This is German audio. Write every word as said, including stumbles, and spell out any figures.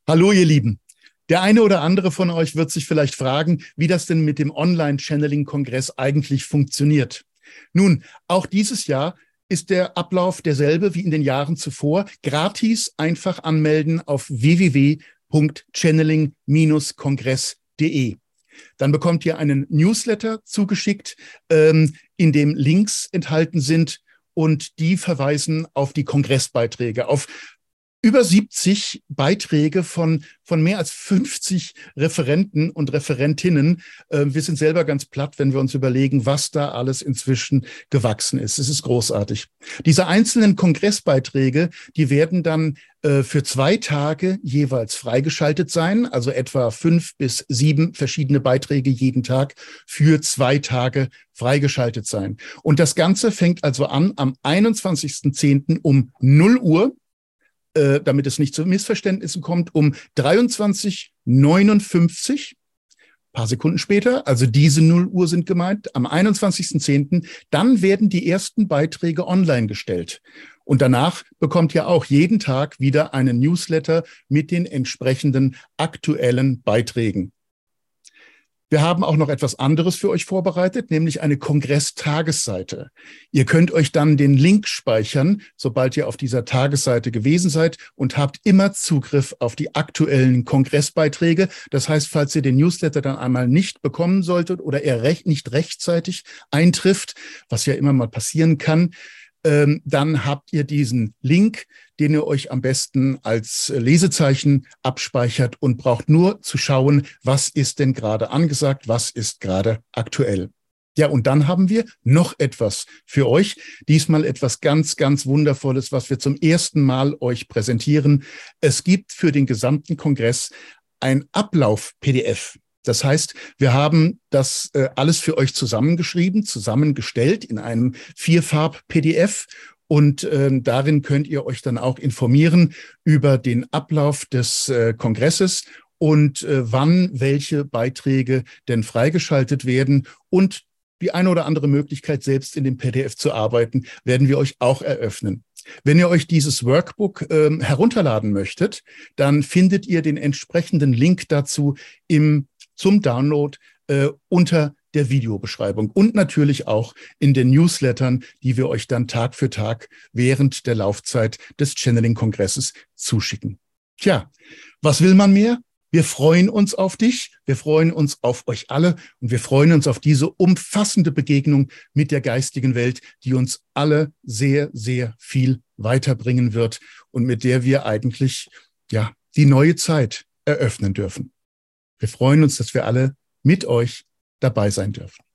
Hallo, ihr Lieben. Der eine oder andere von euch wird sich vielleicht fragen, wie das denn mit dem Online-Channeling-Kongress eigentlich funktioniert. Nun, auch dieses Jahr ist der Ablauf derselbe wie in den Jahren zuvor. Gratis einfach anmelden auf w w w punkt channeling Bindestrich kongress punkt de. Dann bekommt ihr einen Newsletter zugeschickt, ähm, in dem Links enthalten sind und die verweisen auf die Kongressbeiträge, auf über siebzig Beiträge von, von mehr als fünfzig Referenten und Referentinnen. Äh, wir sind selber ganz platt, wenn wir uns überlegen, was da alles inzwischen gewachsen ist. Es ist großartig. Diese einzelnen Kongressbeiträge, die werden dann äh, für zwei Tage jeweils freigeschaltet sein, also etwa fünf bis sieben verschiedene Beiträge jeden Tag für zwei Tage freigeschaltet sein. Und das Ganze fängt also an am einundzwanzigsten zehnten um null Uhr. Äh, damit es nicht zu Missverständnissen kommt, um dreiundzwanzig Uhr neunundfünfzig, ein paar Sekunden später, also diese null Uhr sind gemeint, am einundzwanzigsten zehnten, dann werden die ersten Beiträge online gestellt. Und danach bekommt ihr auch jeden Tag wieder einen Newsletter mit den entsprechenden aktuellen Beiträgen. Wir haben auch noch etwas anderes für euch vorbereitet, nämlich eine Kongress-Tagesseite. Ihr könnt euch dann den Link speichern, sobald ihr auf dieser Tagesseite gewesen seid und habt immer Zugriff auf die aktuellen Kongressbeiträge. Das heißt, falls ihr den Newsletter dann einmal nicht bekommen solltet oder er recht, nicht rechtzeitig eintrifft, was ja immer mal passieren kann, ähm, dann habt ihr diesen Link, den ihr euch am besten als Lesezeichen abspeichert und braucht nur zu schauen, was ist denn gerade angesagt, was ist gerade aktuell. Ja, und dann haben wir noch etwas für euch. Diesmal etwas ganz, ganz Wundervolles, was wir zum ersten Mal euch präsentieren. Es gibt für den gesamten Kongress ein Ablauf-P D F. Das heißt, wir haben das äh, alles für euch zusammengeschrieben, zusammengestellt in einem Vierfarb-P D F. Und äh, darin könnt ihr euch dann auch informieren über den Ablauf des äh, Kongresses und äh, wann welche Beiträge denn freigeschaltet werden. Und die eine oder andere Möglichkeit, selbst in dem P D F zu arbeiten, werden wir euch auch eröffnen. Wenn ihr euch dieses Workbook ähm, herunterladen möchtet, dann findet ihr den entsprechenden Link dazu im, zum Download äh, unter der Videobeschreibung und natürlich auch in den Newslettern, die wir euch dann Tag für Tag während der Laufzeit des Channeling-Kongresses zuschicken. Tja, was will man mehr? Wir freuen uns auf dich, wir freuen uns auf euch alle und wir freuen uns auf diese umfassende Begegnung mit der geistigen Welt, die uns alle sehr, sehr viel weiterbringen wird und mit der wir eigentlich ja die neue Zeit eröffnen dürfen. Wir freuen uns, dass wir alle mit euch dabei sein dürfen.